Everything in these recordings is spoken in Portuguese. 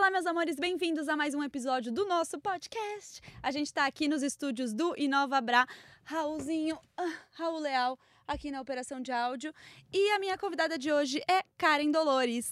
Olá, meus amores, bem-vindos a mais um episódio do nosso podcast. A gente tá aqui nos estúdios do InovaBrá, Raulzinho, Raul Leal, aqui na operação de áudio. E a minha convidada de hoje é Karen Dolores.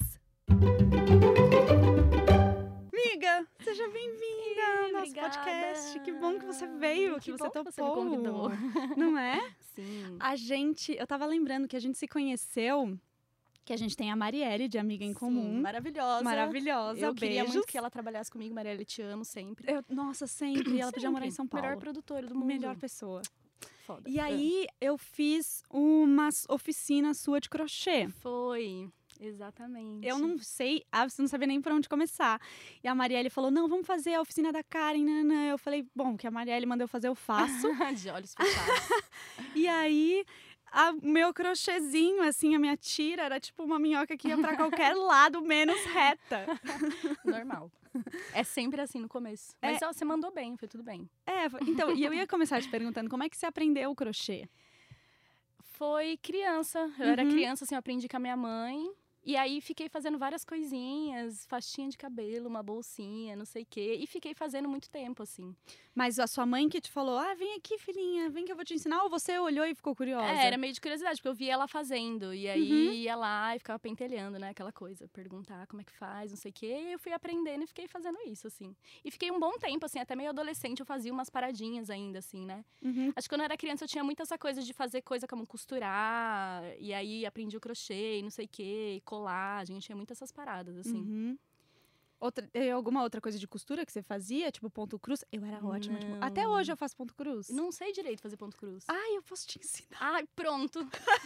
Amiga, seja bem-vinda ao nosso podcast. Que bom que você veio, que você topou. Você me convidou. Não é? Sim. Eu tava lembrando que a gente se conheceu, que a gente tem a Marielle de amiga em comum. Sim, maravilhosa. Maravilhosa, Eu queria beijos. muito que ela trabalhasse comigo, Marielle, te amo sempre. Nossa, sempre. Ela podia morar em São Paulo. Melhor produtora do mundo. Melhor pessoa. Foda. E aí, eu fiz uma oficina sua de crochê. Foi, exatamente. Eu não sei, você não sabia nem por onde começar. E a Marielle falou, não, vamos fazer a oficina da Karen, nanã. Eu falei, bom, que a Marielle mandou eu fazer, eu faço. De olhos fechados. E aí, meu crochêzinho, assim, a minha tira era tipo uma minhoca que ia pra qualquer lado, menos reta. Normal. É sempre assim no começo. Mas ó, você mandou bem, foi tudo bem. Então, e eu ia começar te perguntando, como é que você aprendeu o crochê? Foi criança. Eu era criança, assim, eu aprendi com a minha mãe. E aí, fiquei fazendo várias coisinhas, faixinha de cabelo, uma bolsinha, não sei o quê. E fiquei fazendo muito tempo, assim. Mas a sua mãe que te falou, vem aqui, filhinha, vem que eu vou te ensinar? Ou você olhou e ficou curiosa? Era meio de curiosidade, porque eu via ela fazendo. E aí, ia lá e ficava pentelhando, né? Aquela coisa, perguntar como é que faz, não sei o quê. E eu fui aprendendo e fiquei fazendo isso, assim. E fiquei um bom tempo, assim, até meio adolescente, eu fazia umas paradinhas ainda, assim, né? Acho que quando eu era criança, eu tinha muito essa coisa de fazer coisa como costurar. E aí, aprendi o crochê e não sei o quê, e colagem. Tinha muito essas paradas, assim. Alguma outra coisa de costura que você fazia? Tipo ponto cruz? Eu era ótima. Tipo, até hoje eu faço ponto cruz. Não sei direito fazer ponto cruz. Eu posso te ensinar. Ai, pronto.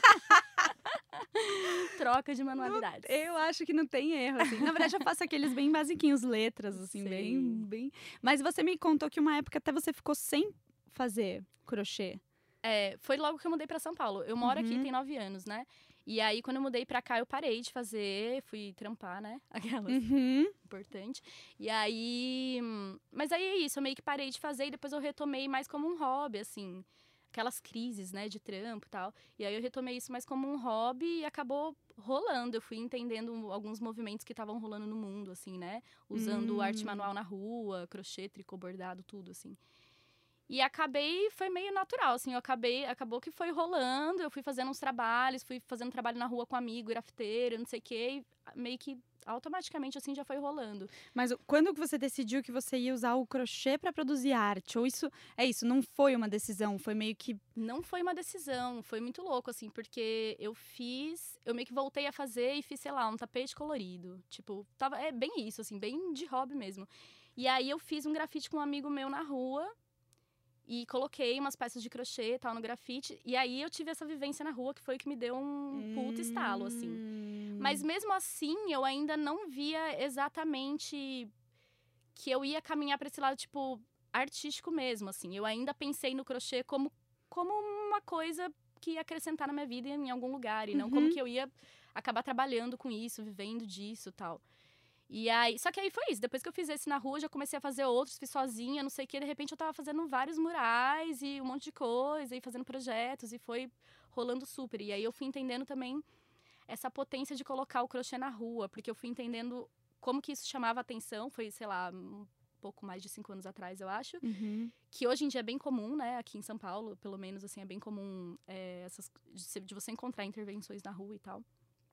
Troca de manualidades. Eu acho que não tem erro, assim. Na verdade, eu faço aqueles bem basiquinhos, letras, assim, bem... Mas você me contou que uma época até você ficou sem fazer crochê. Foi logo que eu mudei pra São Paulo. Eu moro aqui, tem 9 anos, né? E aí, quando eu mudei pra cá, eu parei de fazer, fui trampar, né? Aquelas, importante. E aí... Mas aí é isso, eu meio que parei de fazer e depois eu retomei mais como um hobby, assim. Aquelas crises, né, de trampo e tal. E aí eu retomei isso mais como um hobby e acabou rolando. Eu fui entendendo alguns movimentos que estavam rolando no mundo, assim, né? Usando arte manual na rua, crochê, tricô, bordado, tudo, assim. E foi meio natural, assim, acabou que foi rolando, eu fui fazendo uns trabalhos, fui fazendo trabalho na rua com amigo, grafiteiro, não sei o quê, e meio que automaticamente, assim, já foi rolando. Mas quando que você decidiu que você ia usar o crochê pra produzir arte? Ou isso, não foi uma decisão, foi meio que... Não foi uma decisão, foi muito louco, assim, porque eu meio que voltei a fazer e fiz, sei lá, um tapete colorido, tipo, é bem isso, assim, bem de hobby mesmo. E aí eu fiz um grafite com um amigo meu na rua, e coloquei umas peças de crochê e tal no grafite. E aí eu tive essa vivência na rua, que foi o que me deu um puta estalo, assim. Mas mesmo assim, eu ainda não via exatamente que eu ia caminhar pra esse lado, tipo, artístico mesmo, assim. Eu ainda pensei no crochê como uma coisa que ia acrescentar na minha vida em algum lugar. E não como que eu ia acabar trabalhando com isso, vivendo disso e tal. E aí, só que aí foi isso, depois que eu fiz esse na rua, já comecei a fazer outros, fiz sozinha, não sei o que, de repente eu tava fazendo vários murais e um monte de coisa, e fazendo projetos, e foi rolando super. E aí eu fui entendendo também essa potência de colocar o crochê na rua, porque eu fui entendendo como que isso chamava atenção, foi, sei lá, um pouco mais de 5 anos atrás, eu acho, que hoje em dia é bem comum, né, aqui em São Paulo, pelo menos, assim, é bem comum de você encontrar intervenções na rua e tal.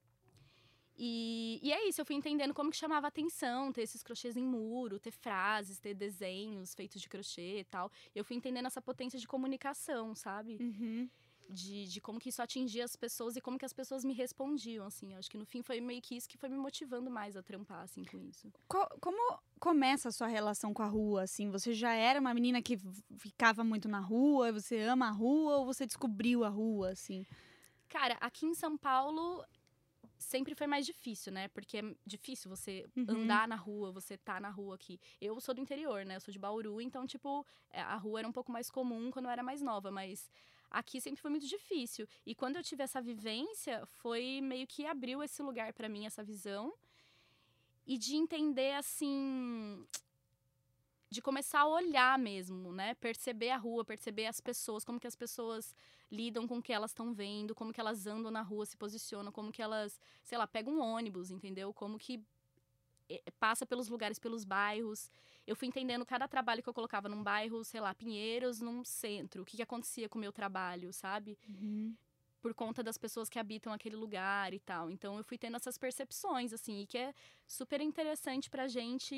E é isso, eu fui entendendo como que chamava atenção ter esses crochês em muro, ter frases, ter desenhos feitos de crochê e tal. Eu fui entendendo essa potência de comunicação, sabe? De como que isso atingia as pessoas e como que as pessoas me respondiam, assim. Eu acho que no fim foi meio que isso que foi me motivando mais a trampar, assim, com isso. Como começa a sua relação com a rua, assim? Você já era uma menina que ficava muito na rua, você ama a rua ou você descobriu a rua, assim? Cara, aqui em São Paulo... sempre foi mais difícil, né? Porque é difícil você andar na rua, você tá na rua aqui. Eu sou do interior, né? Eu sou de Bauru, então, tipo, a rua era um pouco mais comum quando eu era mais nova, mas aqui sempre foi muito difícil. E quando eu tive essa vivência, foi meio que abriu esse lugar pra mim, essa visão. E de entender, assim... de começar a olhar mesmo, né? Perceber a rua, perceber as pessoas, como que as pessoas lidam com o que elas estão vendo, como que elas andam na rua, se posicionam, como que elas, sei lá, pegam um ônibus, entendeu? Como que passa pelos lugares, pelos bairros. Eu fui entendendo cada trabalho que eu colocava num bairro, sei lá, Pinheiros, num centro. O que acontecia com o meu trabalho, sabe? Por conta das pessoas que habitam aquele lugar e tal. Então, eu fui tendo essas percepções, assim, e que é super interessante pra gente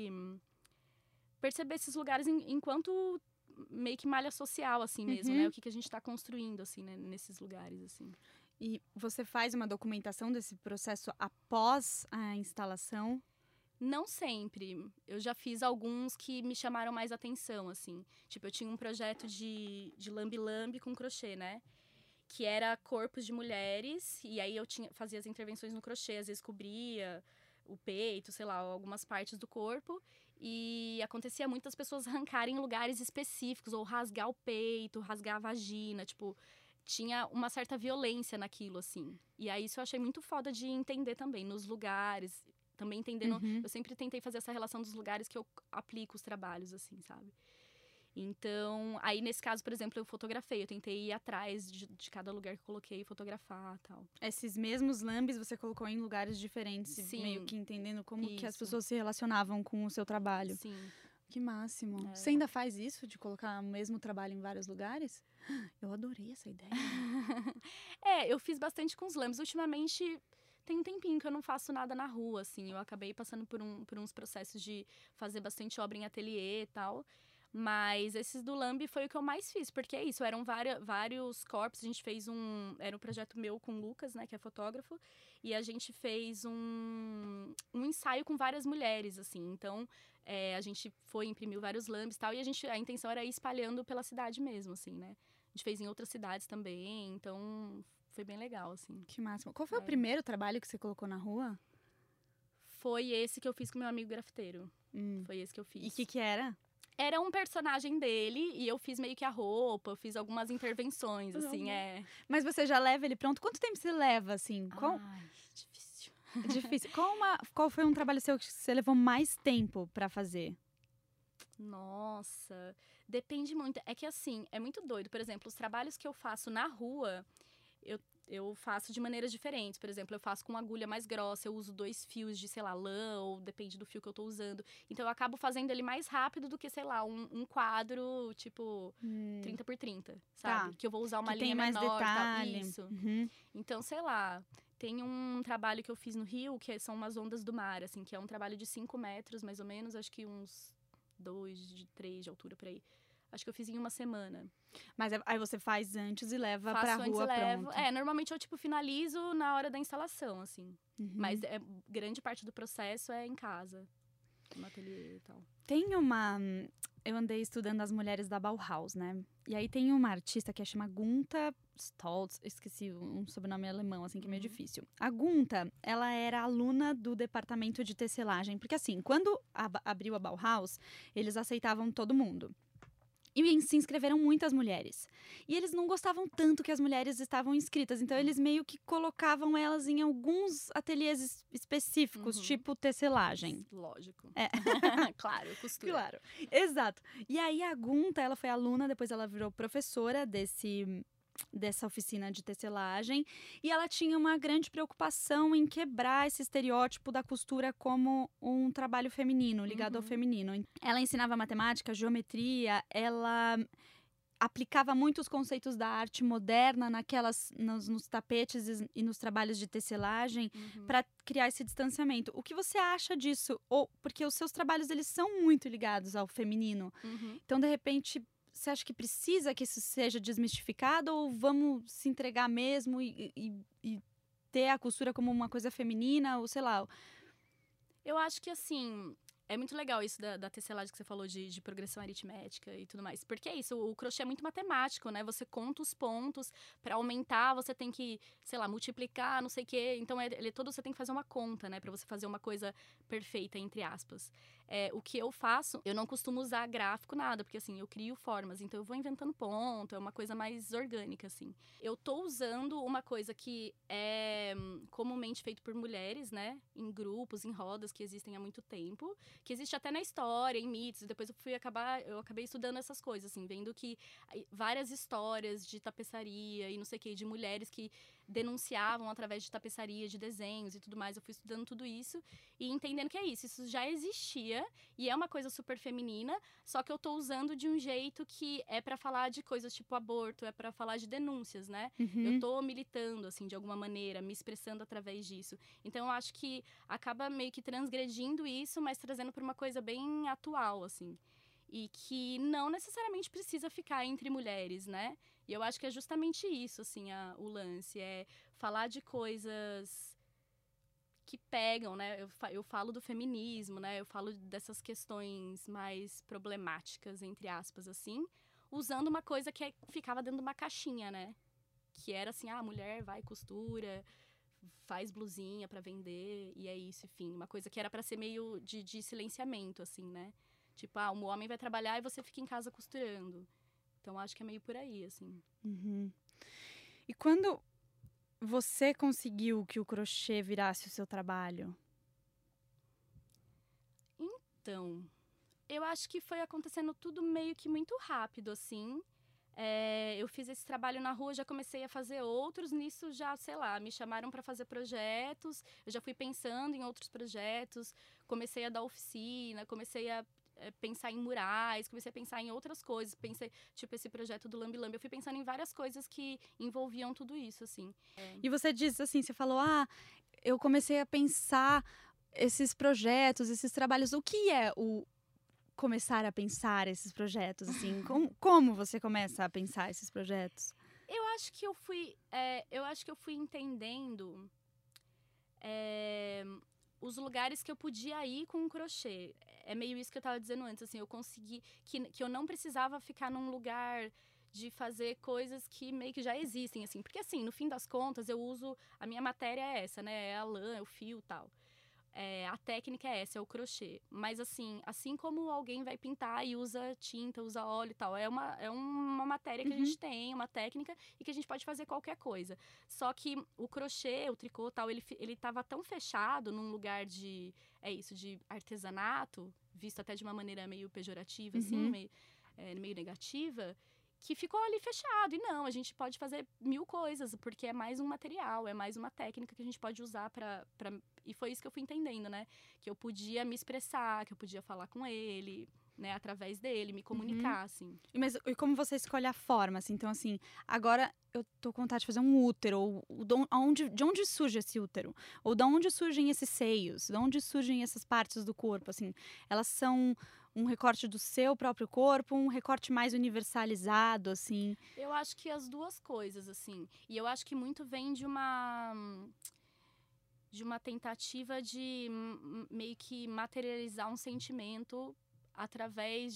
perceber esses lugares enquanto meio que malha social, assim mesmo, né? O que a gente tá construindo, assim, né? Nesses lugares, assim. E você faz uma documentação desse processo após a instalação? Não sempre. Eu já fiz alguns que me chamaram mais atenção, assim. Tipo, eu tinha um projeto de lambe-lambe com crochê, né? Que era corpos de mulheres, e aí eu fazia as intervenções no crochê, às vezes cobria o peito, sei lá, algumas partes do corpo. E acontecia muitas pessoas arrancarem em lugares específicos, ou rasgar o peito, rasgar a vagina, tipo, tinha uma certa violência naquilo, assim. E aí isso eu achei muito foda de entender também, nos lugares, também entendendo. Eu sempre tentei fazer essa relação dos lugares que eu aplico os trabalhos, assim, sabe? Então, aí nesse caso, por exemplo, eu fotografei. Eu tentei ir atrás de cada lugar que eu coloquei e fotografar e tal. Esses mesmos lambes você colocou em lugares diferentes, Sim, meio que entendendo como que as isso. pessoas se relacionavam com o seu trabalho. Sim. Que máximo. É. Você ainda faz isso, de colocar o mesmo trabalho em vários lugares? Eu adorei essa ideia. Eu fiz bastante com os lambes. Ultimamente, tem um tempinho que eu não faço nada na rua, assim. Eu acabei passando por uns processos de fazer bastante obra em ateliê e tal. Mas esses do lambe foi o que eu mais fiz, porque é isso, eram vários corpos. A gente fez era um projeto meu com o Lucas, né, que é fotógrafo, e a gente fez um ensaio com várias mulheres, assim. Então, a gente imprimiu vários lambes e tal, e a intenção era ir espalhando pela cidade mesmo, assim, né. A gente fez em outras cidades também, então foi bem legal, assim. Que máximo. Qual foi o primeiro trabalho que você colocou na rua? Foi esse que eu fiz com meu amigo grafiteiro. Foi esse que eu fiz. E o que era? Era um personagem dele e eu fiz meio que a roupa, eu fiz algumas intervenções, assim, Mas você já leva ele pronto? Quanto tempo você leva, assim? Ai, difícil. Difícil. Qual foi um trabalho seu que você levou mais tempo pra fazer? Nossa, depende muito. É que assim, é muito doido. Por exemplo, os trabalhos que eu faço na rua, eu faço de maneiras diferentes. Por exemplo, eu faço com agulha mais grossa, eu uso 2 fios de, sei lá, lã, ou depende do fio que eu tô usando. Então, eu acabo fazendo ele mais rápido do que, sei lá, um quadro, tipo, 30 por 30, sabe? Tá. Que eu vou usar uma Que linha tem mais menor, detalhe. tal. Isso. Então, sei lá, tem um trabalho que eu fiz no Rio, que são umas ondas do mar, assim, que é um trabalho de 5 metros, mais ou menos, acho que uns 2, 3 de altura, por aí. Acho que eu fiz em uma semana. Mas aí você faz antes e leva Faço pra antes rua e levo. pronto. Normalmente eu, tipo, finalizo na hora da instalação, assim. Mas grande parte do processo é em casa, no ateliê e tal. Tem uma... Eu andei estudando as mulheres da Bauhaus, né? E aí tem uma artista que chama Gunta Stoltz. Esqueci um sobrenome alemão, assim, que é meio difícil. A Gunta, ela era aluna do departamento de tecelagem. Porque, assim, quando abriu a Bauhaus, eles aceitavam todo mundo. E se inscreveram muitas mulheres. E eles não gostavam tanto que as mulheres estavam inscritas. Então, eles meio que colocavam elas em alguns ateliês específicos, tipo tecelagem. Lógico. É. Claro, costura. Claro, exato. E aí, a Gunta, ela foi aluna, depois ela virou professora dessa oficina de tecelagem. E ela tinha uma grande preocupação em quebrar esse estereótipo da costura como um trabalho feminino, ligado ao feminino. Ela ensinava matemática, geometria, ela aplicava muitos conceitos da arte moderna nos tapetes e nos trabalhos de tecelagem para criar esse distanciamento. O que você acha disso? Porque os seus trabalhos, eles são muito ligados ao feminino. Então, de repente, você acha que precisa que isso seja desmistificado ou vamos se entregar mesmo e ter a costura como uma coisa feminina ou sei lá? Eu acho que, assim, é muito legal isso da tecelagem que você falou de progressão aritmética e tudo mais. Porque é isso, o crochê é muito matemático, né? Você conta os pontos, para aumentar você tem que, sei lá, multiplicar, não sei o quê. Então, você tem que fazer uma conta, né? Para você fazer uma coisa perfeita, entre aspas. O que eu faço, eu não costumo usar gráfico, nada. Porque, assim, eu crio formas. Então, eu vou inventando ponto, é uma coisa mais orgânica, assim. Eu tô usando uma coisa que é comumente feito por mulheres, né? Em grupos, em rodas, que existem há muito tempo. Que existe até na história, em mitos. Depois eu acabei estudando essas coisas, assim, vendo que várias histórias de tapeçaria e não sei o que, de mulheres que denunciavam através de tapeçaria, de desenhos e tudo mais. Eu fui estudando tudo isso e entendendo que é isso. Isso já existia e é uma coisa super feminina, só que eu tô usando de um jeito que é pra falar de coisas tipo aborto, é pra falar de denúncias, né? Eu tô militando, assim, de alguma maneira, me expressando através disso. Então, eu acho que acaba meio que transgredindo isso, mas trazendo pra uma coisa bem atual, assim. E que não necessariamente precisa ficar entre mulheres, né? E eu acho que é justamente isso, assim, o lance. É falar de coisas que pegam, né? Eu falo do feminismo, né? Eu falo dessas questões mais problemáticas, entre aspas, assim, usando uma coisa que ficava dentro de uma caixinha, né? Que era assim, a mulher vai, costura, faz blusinha pra vender, e é isso, enfim. Uma coisa que era pra ser meio de silenciamento, assim, né? Tipo, o homem vai trabalhar e você fica em casa costurando. Então, acho que é meio por aí, assim. E quando você conseguiu que o crochê virasse o seu trabalho? Então, eu acho que foi acontecendo tudo meio que muito rápido, assim. Eu fiz esse trabalho na rua, já comecei a fazer outros. Nisso já, sei lá, me chamaram para fazer projetos. Eu já fui pensando em outros projetos. Comecei a dar oficina, comecei a pensar em murais, comecei a pensar em outras coisas. Pensei, tipo, esse projeto do Lambi Lambi. Eu fui pensando em várias coisas que envolviam tudo isso, assim. E você disse assim, você falou, eu comecei a pensar esses projetos, esses trabalhos. O que é o começar a pensar esses projetos, assim? Como você começa a pensar esses projetos? Eu acho que eu fui entendendo os lugares que eu podia ir com o crochê. É meio isso que eu tava dizendo antes, assim, eu consegui que eu não precisava ficar num lugar de fazer coisas que meio que já existem, assim. Porque, assim, no fim das contas, a minha matéria é essa, né? É a lã, é o fio e tal. A técnica é essa, é o crochê. Mas assim como alguém vai pintar e usa tinta, usa óleo e tal, é uma matéria que a gente tem, uma técnica, e que a gente pode fazer qualquer coisa. Só que o crochê, o tricô e tal, ele tava tão fechado num lugar de artesanato, visto até de uma maneira meio pejorativa, assim, meio negativa, que ficou ali fechado. E não, a gente pode fazer 1000 coisas, porque é mais um material, é mais uma técnica que a gente pode usar pra... E foi isso que eu fui entendendo, né? Que eu podia me expressar, que eu podia falar com ele, né? Através dele, me comunicar, assim. E como você escolhe a forma, assim? Então, assim, agora eu tô com vontade de fazer um útero. De onde surge esse útero? Ou de onde surgem esses seios? De onde surgem essas partes do corpo, assim? Elas são um recorte do seu próprio corpo, um recorte mais universalizado, assim? Eu acho que as duas coisas, assim. E eu acho que muito vem de uma tentativa de meio que materializar um sentimento através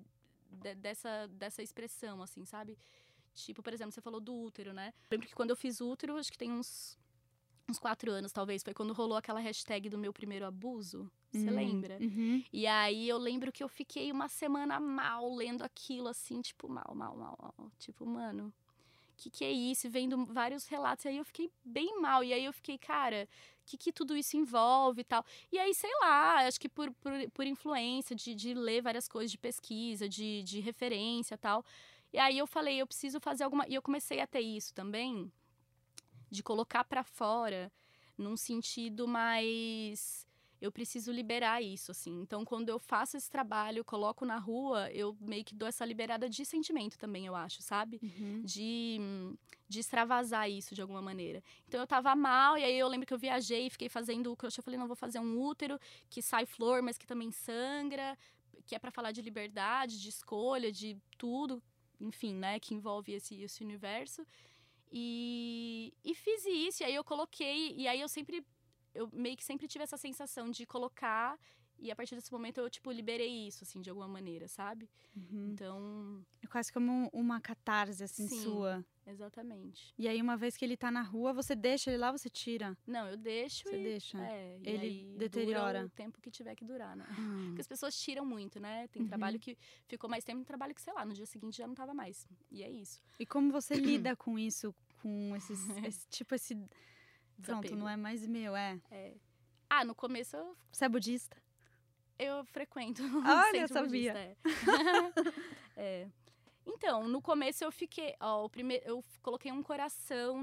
dessa expressão, assim, sabe? Tipo, por exemplo, você falou do útero, né? Eu lembro que quando eu fiz útero, acho que tem uns 4 anos, talvez, foi quando rolou aquela hashtag do meu primeiro abuso. Você lembra? E aí eu lembro que eu fiquei uma semana mal lendo aquilo, assim, tipo, mal. Tipo, mano, que é isso? E vendo vários relatos. E aí eu fiquei bem mal. E aí eu fiquei, cara, que tudo isso envolve e tal. E aí, sei lá, acho que por influência de ler várias coisas de pesquisa, de referência e tal. E aí eu falei, eu preciso fazer alguma... E eu comecei a ter isso também, de colocar pra fora, num sentido mais... Eu preciso liberar isso, assim. Então, quando eu faço esse trabalho, coloco na rua, eu meio que dou essa liberada de sentimento também, eu acho, sabe? De extravasar isso de alguma maneira. Então, eu tava mal, e aí eu lembro que eu viajei e fiquei fazendo o crochê. Eu falei, não, vou fazer um útero que sai flor, mas que também sangra, que é pra falar de liberdade, de escolha, de tudo, enfim, né? Que envolve esse universo. E fiz isso, e aí eu coloquei, e aí eu meio que sempre tive essa sensação de colocar, e a partir desse momento eu, tipo, liberei isso, assim, de alguma maneira, sabe? Então... É quase como uma catarse, assim, sim, sua. Exatamente. E aí, uma vez que ele tá na rua, você deixa ele lá, você tira? Não, eu deixo Você deixa? e Ele aí deteriora? dura o tempo que tiver que durar, né? Porque as pessoas tiram muito, né? Tem trabalho que ficou mais tempo, tem trabalho que, sei lá, no dia seguinte já não tava mais. E é isso. E como você lida com isso? Com esse Pronto, Desapego. não é mais meu, No começo Você é budista? eu frequento Olha, centro sabia. budista, Então, no começo eu fiquei... Ó, eu coloquei um coração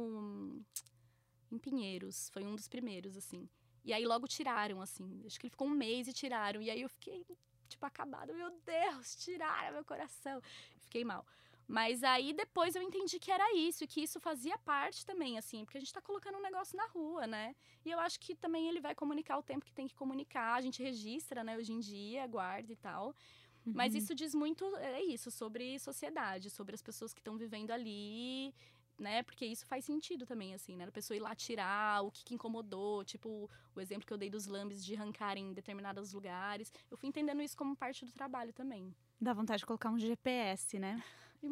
em Pinheiros. Foi um dos primeiros, assim. E aí logo tiraram, assim. Acho que ele ficou um mês e tiraram. E aí eu fiquei, tipo, acabada. Meu Deus, tiraram meu coração. Fiquei mal. Mas aí depois eu entendi que era isso. E que isso fazia parte também, assim. Porque a gente tá colocando um negócio na rua, né? E eu acho que também ele vai comunicar o tempo que tem que comunicar. A gente registra, né? Hoje em dia, guarda e tal. Mas isso diz muito, é isso, sobre sociedade, sobre as pessoas que estão vivendo ali, né? Porque isso faz sentido também, assim, né? A pessoa ir lá tirar o que incomodou, tipo, o exemplo que eu dei dos lambes de arrancarem em determinados lugares. Eu fui entendendo isso como parte do trabalho também. Dá vontade de colocar um GPS, né?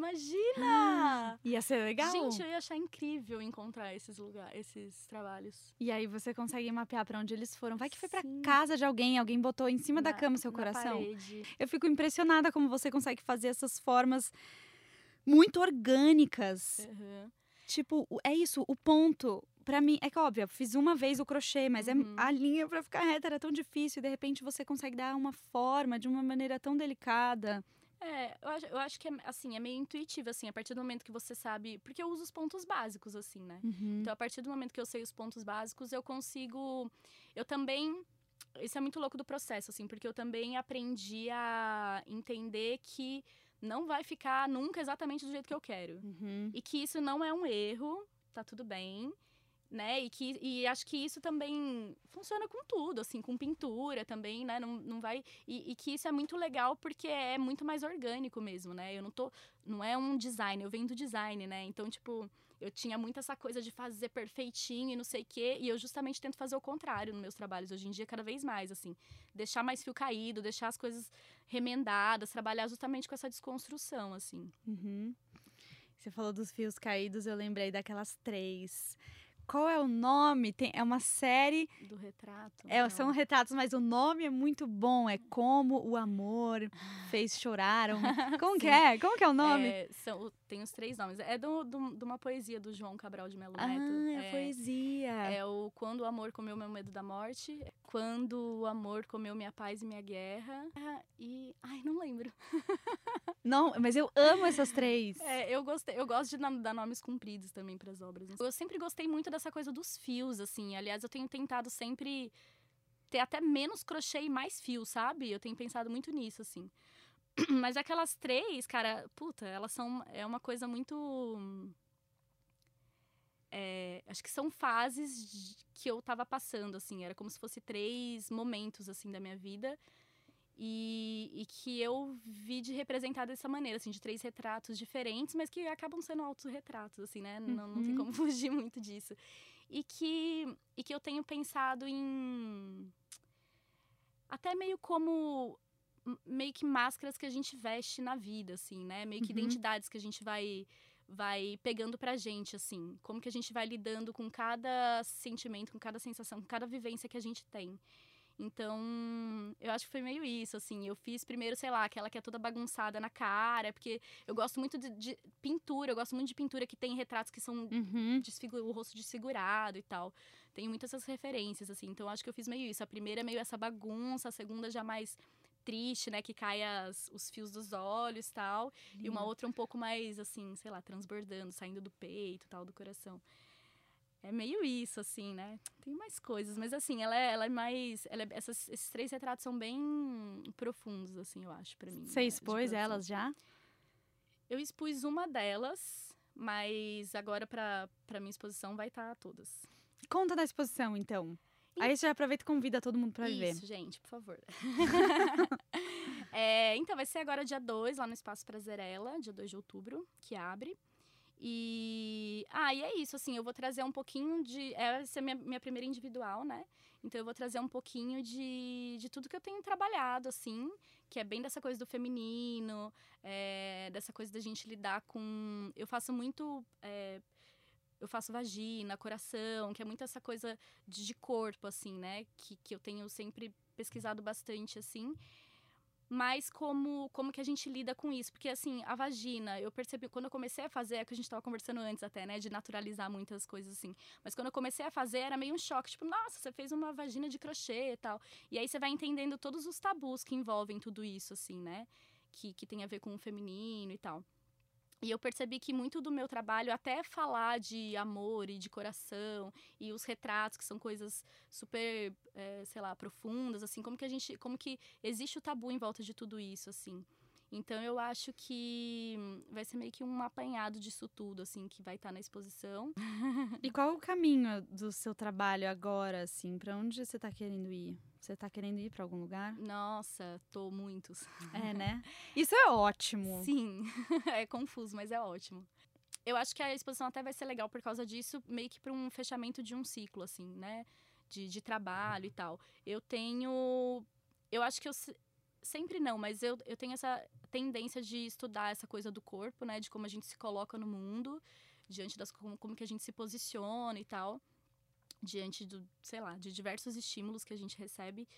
Imagina! Ia ser legal. Gente, eu ia achar incrível encontrar esses trabalhos. E aí você consegue mapear pra onde eles foram. Vai que foi pra Sim. casa de alguém botou em cima da cama o seu Na coração. parede. Eu fico impressionada como você consegue fazer essas formas muito orgânicas. Uhum. Tipo, é isso, o ponto. Pra mim, é que óbvio, eu fiz uma vez o crochê, mas a linha pra ficar reta era tão difícil. E de repente você consegue dar uma forma de uma maneira tão delicada. Eu acho que assim, é meio intuitivo, assim, a partir do momento que você sabe. Porque eu uso os pontos básicos, assim, né? Então, a partir do momento que eu sei os pontos básicos, eu consigo. Eu também. Isso é muito louco do processo, assim, porque eu também aprendi a entender que não vai ficar nunca exatamente do jeito que eu quero. E que isso não é um erro, tá tudo bem. Né? E acho que isso também funciona com tudo, assim, com pintura também, né? Não vai... E que isso é muito legal porque é muito mais orgânico mesmo, né? Não é um design, eu venho do design, né? Então, tipo, eu tinha muito essa coisa de fazer perfeitinho e não sei o quê. E eu justamente tento fazer o contrário nos meus trabalhos, hoje em dia, cada vez mais, assim. Deixar mais fio caído, deixar as coisas remendadas, trabalhar justamente com essa desconstrução, assim. Você falou dos fios caídos, eu lembrei daquelas 3. Qual é o nome? É uma série. Do retrato. São retratos, mas o nome é muito bom. É Como o Amor Fez Chorar. Como que é? Como que é o nome? Tem os 3 nomes. É de uma poesia do João Cabral de Melo Neto. É poesia. É o Quando o Amor Comeu Meu Medo da Morte. Quando o Amor Comeu Minha Paz e Minha Guerra. Ai, não lembro. Não, mas eu amo essas 3. Eu gosto de dar nomes compridos também para as obras. Eu sempre gostei muito dessa coisa dos fios, assim. Aliás, eu tenho tentado sempre ter até menos crochê e mais fio, sabe? Eu tenho pensado muito nisso, assim. Mas aquelas 3, cara, puta, elas são... É uma coisa muito... acho que são fases que eu tava passando, assim. Era como se fosse 3 momentos, assim, da minha vida. E que eu vi de representar dessa maneira, assim, de 3 retratos diferentes, mas que acabam sendo autorretratos, assim, né? Não tem como fugir muito disso. E que eu tenho pensado em... Até meio que máscaras que a gente veste na vida, assim, né? Meio que identidades que a gente vai pegando pra gente, assim. Como que a gente vai lidando com cada sentimento, com cada sensação, com cada vivência que a gente tem. Então, eu acho que foi meio isso, assim. Eu fiz primeiro, sei lá, aquela que é toda bagunçada na cara, porque eu gosto muito de pintura, eu gosto muito de pintura que tem retratos que são o rosto desfigurado e tal. Tem muitas essas referências, assim. Então, acho que eu fiz meio isso. A primeira é meio essa bagunça, a segunda já mais triste, né, que cai os fios dos olhos e tal. E uma outra um pouco mais, assim, sei lá, transbordando, saindo do peito e tal, do coração. É meio isso, assim, né? Tem mais coisas, mas assim, ela é mais... esses 3 retratos são bem profundos, assim, eu acho, pra mim. Você expôs elas já? Eu expus uma delas, mas agora pra minha exposição vai estar todas. Conta da exposição, então. Aí você já aproveita e convida todo mundo pra ver. Isso, gente, por favor. Então, vai ser agora dia 2, lá no Espaço Prazerela, dia 2 de outubro, que abre. E é isso, assim, eu vou trazer um pouquinho de... Essa é minha primeira individual, né? Então eu vou trazer um pouquinho de tudo que eu tenho trabalhado, assim, que é bem dessa coisa do feminino, dessa coisa da gente lidar com... Eu faço muito... eu faço vagina, coração, que é muito essa coisa de corpo, assim, né? Que eu tenho sempre pesquisado bastante, assim. Mas como que a gente lida com isso? Porque, assim, a vagina, eu percebi, quando eu comecei a fazer, é que a gente estava conversando antes até, né? De naturalizar muitas coisas, assim. Mas quando eu comecei a fazer, era meio um choque. Tipo, nossa, você fez uma vagina de crochê e tal. E aí você vai entendendo todos os tabus que envolvem tudo isso, assim, né? que tem a ver com o feminino e tal. E eu percebi que muito do meu trabalho, até falar de amor e de coração, e os retratos, que são coisas super, sei lá, profundas, assim, como que existe o tabu em volta de tudo isso, assim. Então, eu acho que vai ser meio que um apanhado disso tudo, assim, que vai estar na exposição. E qual o caminho do seu trabalho agora, assim? Pra onde você tá querendo ir? Você tá querendo ir pra algum lugar? Nossa, tô muitos. É, né? Isso é ótimo. Sim, é confuso, mas é ótimo. Eu acho que a exposição até vai ser legal por causa disso, meio que para um fechamento de um ciclo, assim, né? De trabalho e tal. Eu acho que sempre não, mas eu tenho essa tendência de estudar essa coisa do corpo, né? De como a gente se coloca no mundo, diante como que a gente se posiciona e tal. Diante sei lá, de diversos estímulos que a gente recebe.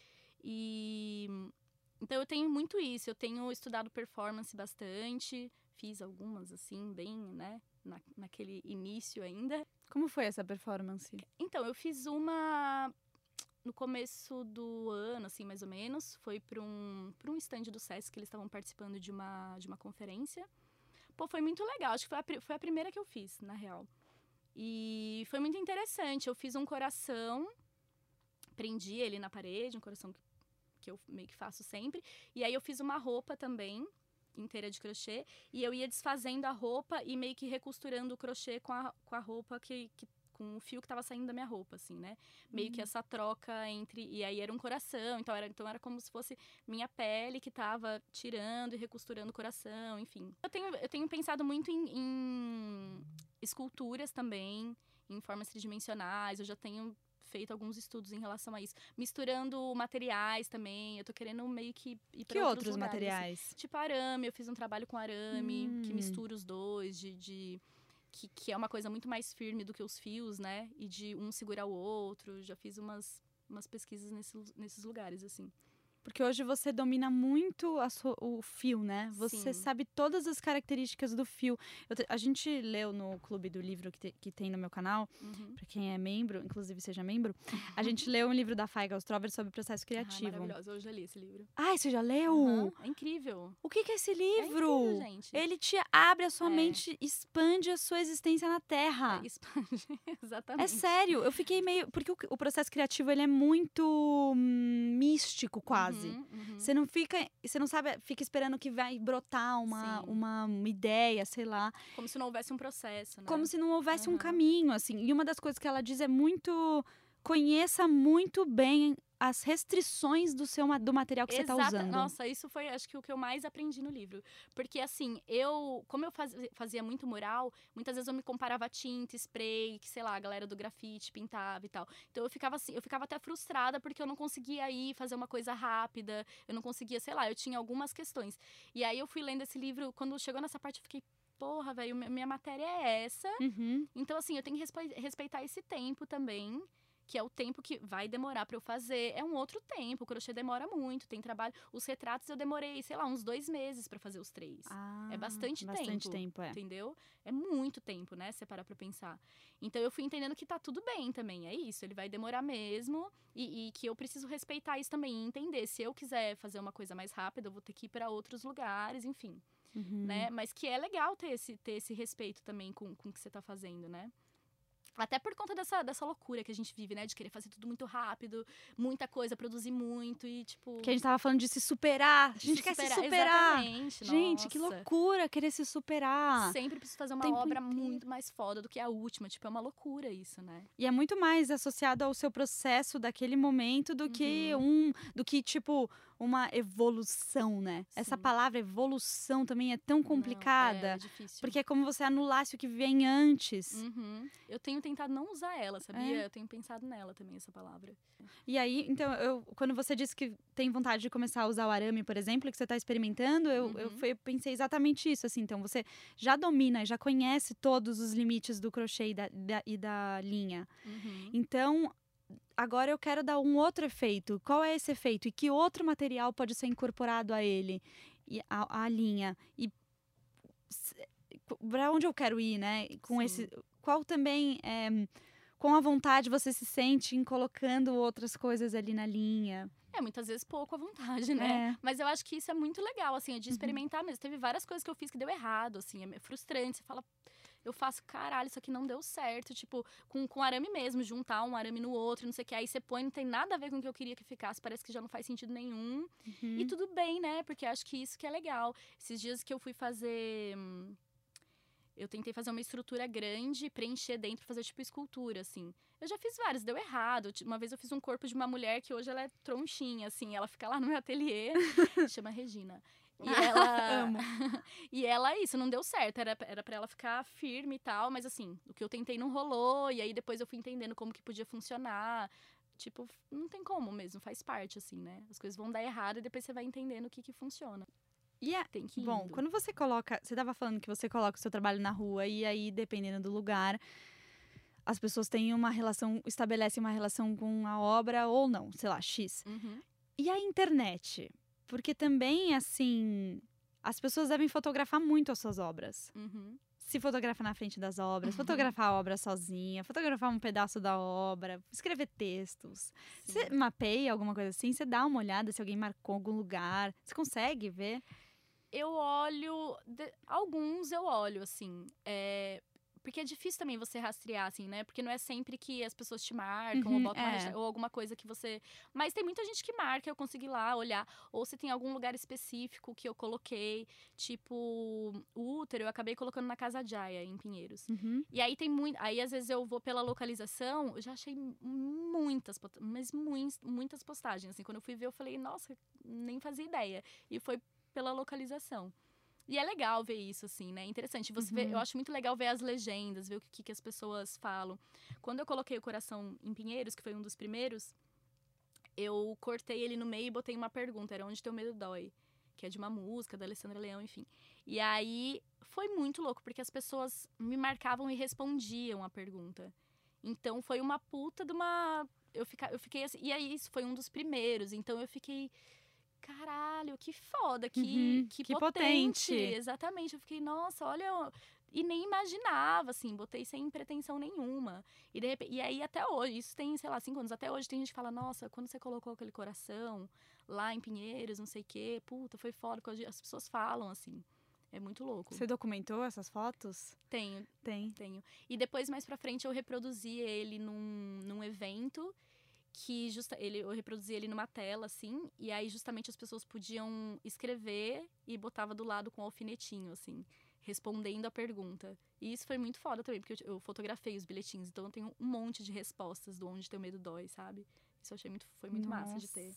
Então eu tenho muito isso, eu tenho estudado performance bastante, fiz algumas, assim, bem, né, naquele início ainda. Como foi essa performance? Então, eu fiz uma no começo do ano, assim, mais ou menos, foi para um stand do Sesc, que eles estavam participando de uma conferência. Pô, foi muito legal, acho que foi a primeira que eu fiz, na real. E foi muito interessante, eu fiz um coração, prendi ele na parede, um coração que eu meio que faço sempre. E aí eu fiz uma roupa também, inteira de crochê. E eu ia desfazendo a roupa e meio que recosturando o crochê com a roupa com o fio que tava saindo da minha roupa, assim, né? Meio que essa troca entre... E aí era um coração, então era como se fosse minha pele que tava tirando e recosturando o coração, enfim. Eu tenho pensado muito em esculturas também, em formas tridimensionais. Eu já tenho feito alguns estudos em relação a isso. Misturando materiais também. Eu tô querendo meio que ir pra outros lugares, materiais? Assim. Tipo arame, eu fiz um trabalho com arame, que mistura os dois, que é uma coisa muito mais firme do que os fios, né? E de um segurar o outro. Já fiz umas pesquisas nesses lugares, assim. Porque hoje você domina muito o fio, né? Você Sim. sabe todas as características do fio. A gente leu no Clube do Livro que tem no meu canal, pra quem é membro, inclusive seja membro, a gente leu um livro da Faiga Ostrover sobre processo criativo. Maravilhoso, eu já li esse livro. Ai, você já leu? É incrível. O que é esse livro? É incrível, gente. Ele te abre a sua mente, expande a sua existência na Terra. Expande, exatamente. É sério, eu fiquei meio... Porque o processo criativo, ele é muito místico, quase. Você não sabe, fica esperando que vai brotar uma ideia, sei lá. Como se não houvesse um processo, né? Como se não houvesse um caminho, assim. E uma das coisas que ela diz é conheça muito bem as restrições do material que você está usando. Nossa, isso foi, acho que, o que eu mais aprendi no livro. Porque, assim, como eu fazia muito mural, muitas vezes eu me comparava a tinta, spray, que, sei lá, a galera do grafite pintava e tal. Então, eu ficava assim, eu ficava até frustrada porque eu não conseguia ir fazer uma coisa rápida, eu não conseguia, sei lá, eu tinha algumas questões. E aí, eu fui lendo esse livro, quando chegou nessa parte, eu fiquei, porra, velho, minha matéria é essa. Então, assim, eu tenho que respeitar esse tempo também, que é o tempo que vai demorar pra eu fazer. É um outro tempo, o crochê demora muito, tem trabalho. Os retratos eu demorei, sei lá, uns 2 meses pra fazer os 3. É bastante tempo, entendeu? É muito tempo, né, se parar pra pensar. Então eu fui entendendo que tá tudo bem também, é isso. Ele vai demorar mesmo e que eu preciso respeitar isso também e entender. Se eu quiser fazer uma coisa mais rápida, eu vou ter que ir pra outros lugares, enfim. Né? Mas que é legal ter esse respeito também com o que você tá fazendo, né? Até por conta dessa loucura que a gente vive, né? De querer fazer tudo muito rápido, muita coisa, produzir muito e, tipo... Que a gente tava falando de se superar. A gente quer se superar. Exatamente, gente, nossa. que loucura querer se superar. Sempre preciso fazer uma obra muito mais foda do que a última. Tipo, é uma loucura isso, né? E é muito mais associado ao seu processo daquele momento do que tipo, uma evolução, né? Sim. Essa palavra evolução também é tão complicada. É difícil. Porque é como você anulasse o que vem antes. Eu tenho tentado não usar ela, sabia? Eu tenho pensado nela também, essa palavra. E aí, então, quando você disse que tem vontade de começar a usar o arame, por exemplo, que você está experimentando, eu pensei exatamente isso, assim. Então, você já domina, já conhece todos os limites do crochê e da linha. Então, agora eu quero dar um outro efeito. Qual é esse efeito? E que outro material pode ser incorporado a ele, a linha? E para onde eu quero ir, né? Com esse... Qual também quão à vontade você se sente em colocando outras coisas ali na linha. Muitas vezes pouco à vontade, né? É. Mas eu acho que isso é muito legal, assim, de experimentar mesmo. Teve várias coisas que eu fiz que deu errado, assim, é frustrante. Você fala, eu faço, caralho, isso aqui não deu certo. Tipo, com arame mesmo, juntar um arame no outro, não sei o que. Aí você põe, não tem nada a ver com o que eu queria que ficasse, parece que já não faz sentido nenhum. E tudo bem, né? Porque eu acho que isso que é legal. Esses dias que eu fui fazer... Eu tentei fazer uma estrutura grande, preencher dentro, fazer tipo escultura, assim. Eu já fiz várias, deu errado. Uma vez eu fiz um corpo de uma mulher que hoje ela é tronchinha, assim. Ela fica lá no meu ateliê, chama Regina. E ela... Amo. E ela, isso, não deu certo. Era pra ela ficar firme e tal. Mas assim, o que eu tentei não rolou. E aí depois eu fui entendendo como que podia funcionar. Tipo, não tem como mesmo, faz parte, assim, né? As coisas vão dar errado e depois você vai entendendo o que funciona. E Tem que ir bom, indo. quando você coloca... Você estava falando que você coloca o seu trabalho na rua e aí, dependendo do lugar, as pessoas têm uma relação, estabelecem uma relação com a obra ou não, sei lá, X. Uhum. E a internet? Porque também, assim, as pessoas devem fotografar muito as suas obras. Uhum. Se fotografar na frente das obras, fotografar a obra sozinha, fotografar um pedaço da obra, escrever textos. Sim. Você mapeia alguma coisa assim? Você dá uma olhada se alguém marcou algum lugar? Você consegue ver? Eu olho... Alguns eu olho, assim. Porque é difícil também você rastrear, assim, né? Porque não é sempre que as pessoas te marcam ou botam uma hashtag, ou alguma coisa que você... Mas tem muita gente que marca, eu consegui ir lá olhar. Ou se tem algum lugar específico que eu coloquei. Tipo, o útero eu acabei colocando na Casa Jaya, em Pinheiros. E aí tem muito... Aí às vezes eu vou pela localização, eu já achei muitas postagens. Assim, quando eu fui ver, eu falei, nossa, nem fazia ideia. E foi pela localização. E é legal ver isso, assim, né? Interessante. Você vê, eu acho muito legal ver as legendas, ver o que as pessoas falam. Quando eu coloquei o coração em Pinheiros, que foi um dos primeiros, eu cortei ele no meio e botei uma pergunta. Era Onde Teu Medo Dói. Que é de uma música da Alessandra Leão, enfim. E aí, foi muito louco, porque as pessoas me marcavam e respondiam a pergunta. Então, foi uma puta de uma... Eu fiquei assim... E aí, isso foi um dos primeiros. Então, eu fiquei... Caralho, que foda, que potente. Exatamente, eu fiquei, nossa, olha... E nem imaginava, assim, botei sem pretensão nenhuma. E, de repente, e aí, até hoje, isso tem, sei lá, 5 anos, até hoje tem gente que fala, nossa, quando você colocou aquele coração lá em Pinheiros, não sei o quê, puta, foi foda, porque as pessoas falam, assim. É muito louco. Você documentou essas fotos? Tenho. Tenho. E depois, mais pra frente, eu reproduzi ele num evento... que eu reproduzi ele numa tela, assim, e aí justamente as pessoas podiam escrever e botava do lado com um alfinetinho, assim, respondendo a pergunta. E isso foi muito foda também, porque eu fotografei os bilhetinhos, então eu tenho um monte de respostas do Onde Teu Medo Dói, sabe? Isso eu achei foi muito massa de ter.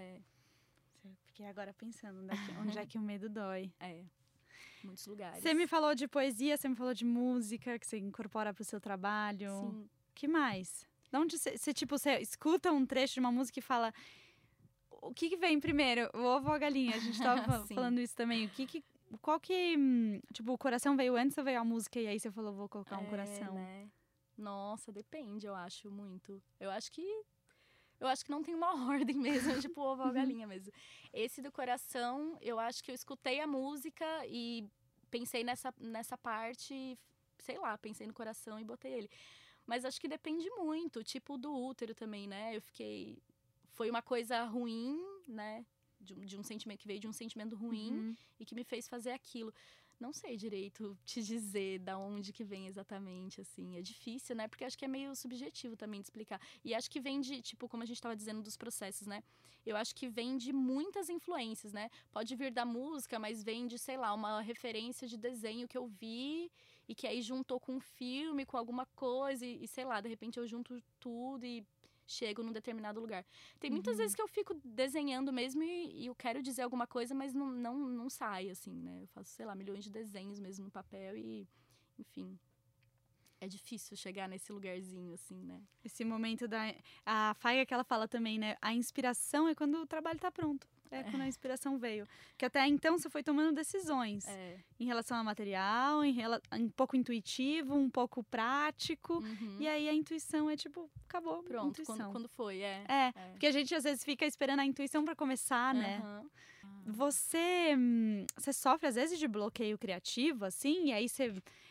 Fiquei agora pensando, onde é que o medo dói. Muitos lugares. Você me falou de poesia, você me falou de música, que você incorpora pro seu trabalho. Sim. Que mais? Onde você escuta um trecho de uma música e fala... O que vem primeiro? O ovo ou a galinha? A gente tava falando isso também. Qual que... Tipo, o coração veio antes ou veio a música? E aí você falou, vou colocar um coração. Né? Nossa, depende, eu acho, muito. Eu acho que não tem uma ordem mesmo, tipo ovo ou a galinha mesmo. Esse do coração, eu acho que eu escutei a música e pensei nessa parte... Sei lá, pensei no coração e botei ele. Mas acho que depende muito, tipo do útero também, né? Foi uma coisa ruim, né? De um sentimento que veio de um sentimento ruim e que me fez fazer aquilo. Não sei direito te dizer da onde que vem exatamente, assim. É difícil, né? Porque acho que é meio subjetivo também de explicar. E acho que vem de, tipo, como a gente estava dizendo dos processos, né? Eu acho que vem de muitas influências, né? Pode vir da música, mas vem de, sei lá, uma referência de desenho que eu vi e que aí juntou com um filme, com alguma coisa e sei lá, de repente eu junto tudo e chego num determinado lugar. Tem muitas vezes que eu fico desenhando mesmo e eu quero dizer alguma coisa, mas não sai, assim, né? Eu faço, sei lá, milhões de desenhos mesmo no papel e, enfim... É difícil chegar nesse lugarzinho, assim, né? Esse momento a Faiga que ela fala também, né? A inspiração é quando o trabalho tá pronto. Quando a inspiração veio. Que até então você foi tomando decisões. Em relação ao material, um pouco intuitivo, um pouco prático. E aí a intuição é tipo, acabou. Pronto, quando foi, porque a gente às vezes fica esperando a intuição pra começar, né? Você sofre às vezes de bloqueio criativo, assim? E aí você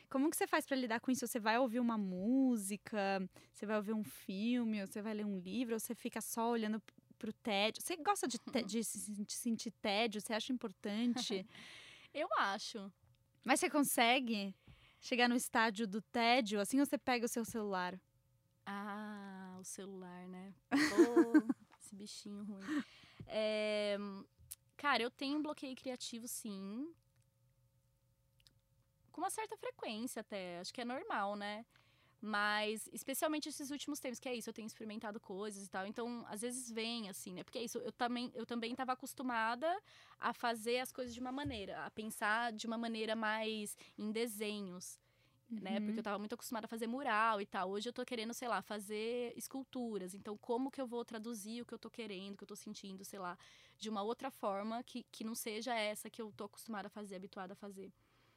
Como que você faz pra lidar com isso? Você vai ouvir uma música, você vai ouvir um filme, ou você vai ler um livro, ou você fica só olhando pro tédio? Você gosta de sentir tédio? Você acha importante? Eu acho. Mas você consegue chegar no estádio do tédio, assim, ou você pega o seu celular? Ah, o celular, né? Pô, esse bichinho ruim. Cara, eu tenho um bloqueio criativo, sim. Com uma certa frequência até. Acho que é normal, né? Mas, especialmente esses últimos tempos, que é isso, eu tenho experimentado coisas e tal. Então, às vezes vem, assim, né? Porque é isso, eu também estava acostumada a fazer as coisas de uma maneira, a pensar de uma maneira mais em desenhos, né? Porque eu estava muito acostumada a fazer mural e tal. Hoje eu tô querendo, sei lá, fazer esculturas. Então, como que eu vou traduzir o que eu tô querendo, o que eu tô sentindo, sei lá, de uma outra forma que não seja essa que eu tô acostumada a fazer, habituada a fazer.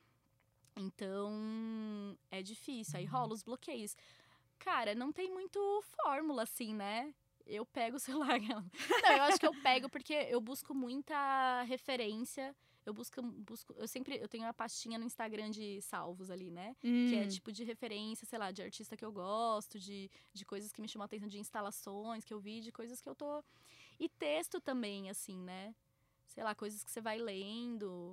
Então, é difícil. Aí rola os bloqueios. Cara, não tem muito fórmula, assim, né? Eu pego o celular. Não, eu acho que eu pego porque eu busco muita referência. Eu tenho uma pastinha no Instagram de salvos ali, né? Que é tipo de referência, sei lá, de artista que eu gosto, de coisas que me chamam a atenção, de instalações que eu vi, de coisas que eu tô. E texto também, assim, né? Sei lá, coisas que você vai lendo.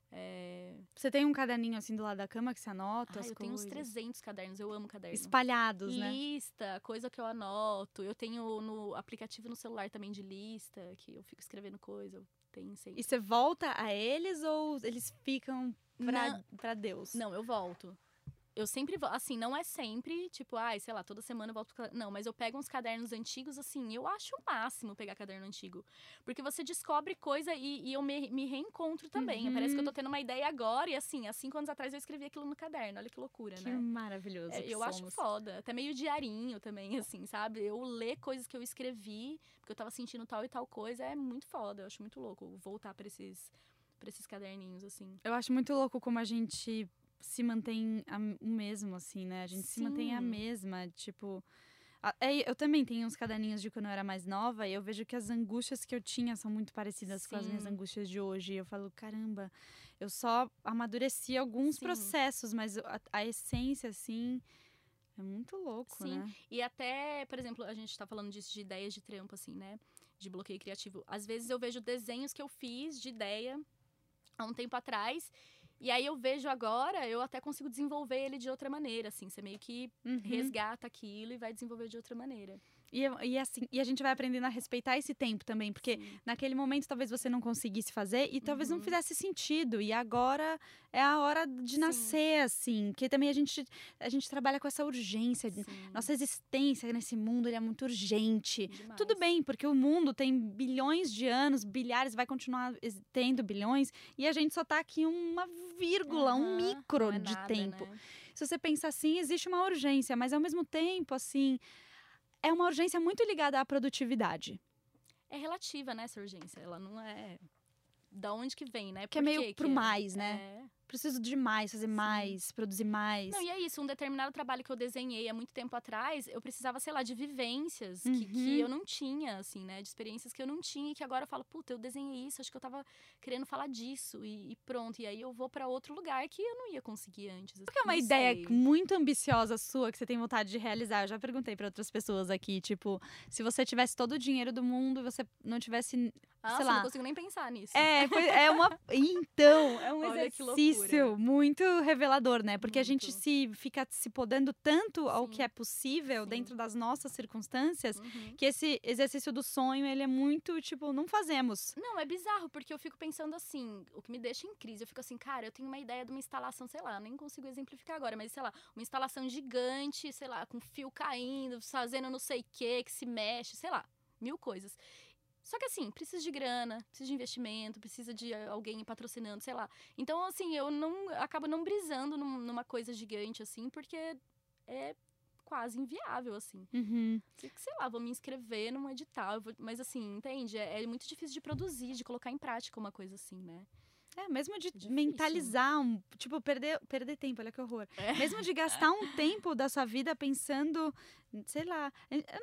Você tem um caderninho assim do lado da cama que você anota as eu coisas? tenho uns 300 cadernos, eu amo caderno. Espalhados, né? Lista, coisa que eu anoto. Eu tenho no aplicativo no celular também de lista, que eu fico escrevendo coisa. Eu tenho sempre. E você volta a eles ou eles ficam pra Deus? Não, eu volto. Eu sempre volto. Assim, não é sempre, tipo, sei lá, toda semana eu volto. Não, mas eu pego uns cadernos antigos, assim, eu acho o máximo pegar caderno antigo. Porque você descobre coisa e eu me reencontro também. Parece que eu tô tendo uma ideia agora e, assim, há 5 anos atrás eu escrevi aquilo no caderno. Olha que loucura, Que né? maravilhoso que Eu acho foda. Até meio diarinho também, assim, sabe? Eu ler coisas que eu escrevi, porque eu tava sentindo tal e tal coisa, é muito foda. Eu acho muito louco voltar pra esses caderninhos, assim. Eu acho muito louco como a gente se mantém o mesmo, assim, né? A gente se mantém a mesma, tipo... Eu também tenho uns caderninhos de quando eu era mais nova e eu vejo que as angústias que eu tinha são muito parecidas com as minhas angústias de hoje. E eu falo, caramba, eu só amadureci alguns processos, mas a essência, assim, é muito louco, né? E até, por exemplo, a gente tá falando disso de ideias de trampo, assim, né? De bloqueio criativo. Às vezes eu vejo desenhos que eu fiz de ideia há um tempo atrás. E aí eu vejo agora, eu até consigo desenvolver ele de outra maneira, assim. Você meio que resgata aquilo e vai desenvolver de outra maneira. E a gente vai aprendendo a respeitar esse tempo também, porque naquele momento talvez você não conseguisse fazer e talvez não fizesse sentido. E agora é a hora de nascer, assim. Porque também a gente trabalha com essa urgência. Nossa existência nesse mundo ele é muito urgente. Demais. Tudo bem, porque o mundo tem bilhões de anos, bilhares, vai continuar tendo bilhões. E a gente só tá aqui uma vírgula, um micro de nada, tempo. né? Se você pensa assim, existe uma urgência, mas ao mesmo tempo, assim... É uma urgência muito ligada à produtividade. É relativa, né, essa urgência. Ela não é... Da onde que vem, né? Que é meio pro mais, né? Preciso de mais, fazer mais, produzir mais. Não, e é isso. Um determinado trabalho que eu desenhei há muito tempo atrás, eu precisava, sei lá, de vivências que eu não tinha, assim, né? De experiências que eu não tinha e que agora eu falo, puta, eu desenhei isso, acho que eu tava querendo falar disso e pronto. E aí eu vou pra outro lugar que eu não ia conseguir antes. Porque é uma ideia muito ambiciosa sua que você tem vontade de realizar. Eu já perguntei pra outras pessoas aqui, tipo, se você tivesse todo o dinheiro do mundo e você não tivesse, sei lá... não consigo nem pensar nisso. Então, é um Olha que exercício muito revelador, né? Porque a gente fica se podando tanto ao que é possível dentro das nossas circunstâncias, que esse exercício do sonho, ele é muito, tipo, não fazemos. Não, é bizarro, porque eu fico pensando assim, o que me deixa em crise, eu fico assim, cara, eu tenho uma ideia de uma instalação, sei lá, nem consigo exemplificar agora, mas sei lá, uma instalação gigante, sei lá, com fio caindo, fazendo não sei o que se mexe, sei lá, 1000 coisas. Só que assim, precisa de grana, precisa de investimento, precisa de alguém patrocinando, sei lá. Então, assim, eu acabo não brisando numa coisa gigante, assim, porque é quase inviável, assim. Sei lá, vou me inscrever num edital, mas assim, entende? É muito difícil de produzir, de colocar em prática uma coisa assim, né? Mesmo de mentalizar, tipo, perder tempo, olha que horror. Mesmo de gastar um tempo da sua vida pensando, sei lá...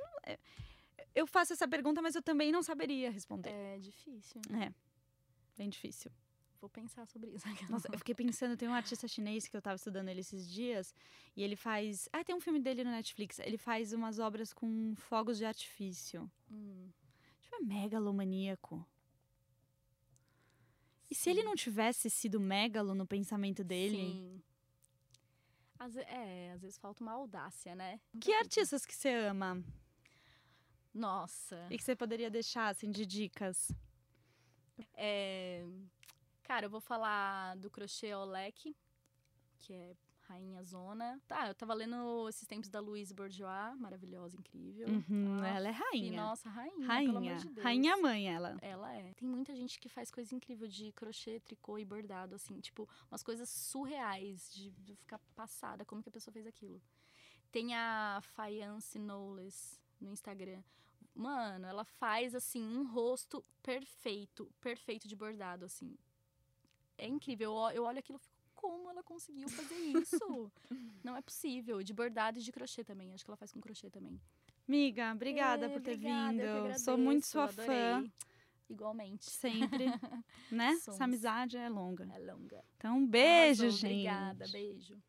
Eu faço essa pergunta, mas eu também não saberia responder. É difícil. Bem difícil. vou pensar sobre isso. Nossa, eu fiquei pensando, tem um artista chinês que eu tava estudando ele esses dias, e ele faz... tem um filme dele no Netflix, ele faz umas obras com fogos de artifício. Tipo, é megalomaníaco. E se ele não tivesse sido megalo no pensamento dele? Sim. Às vezes falta uma audácia, né? Que artistas que você ama? Nossa. E que você poderia deixar, assim, de dicas? Cara, eu vou falar do crochê ao leque, que é Rainha Zona. Eu tava lendo esses tempos da Louise Bourgeois, maravilhosa, incrível. Ela é rainha. Nossa, rainha, pelo amor de Deus. Rainha mãe, ela. Ela é. Tem muita gente que faz coisa incrível de crochê, tricô e bordado, assim, tipo, umas coisas surreais de ficar passada, como que a pessoa fez aquilo. Tem a Faiance Knowles no Instagram. Mano, ela faz, assim, um rosto perfeito de bordado, assim. É incrível. Eu olho aquilo e fico, como ela conseguiu fazer isso? Não é possível. De bordado e de crochê também. Acho que ela faz com crochê também. Amiga, obrigada por ter vindo. Eu que agradeço, sou muito sua adorei. fã. Igualmente. Sempre. Né? Somos. Essa amizade é longa. É longa. Então, um beijo, Arrasou, gente. Obrigada, beijo.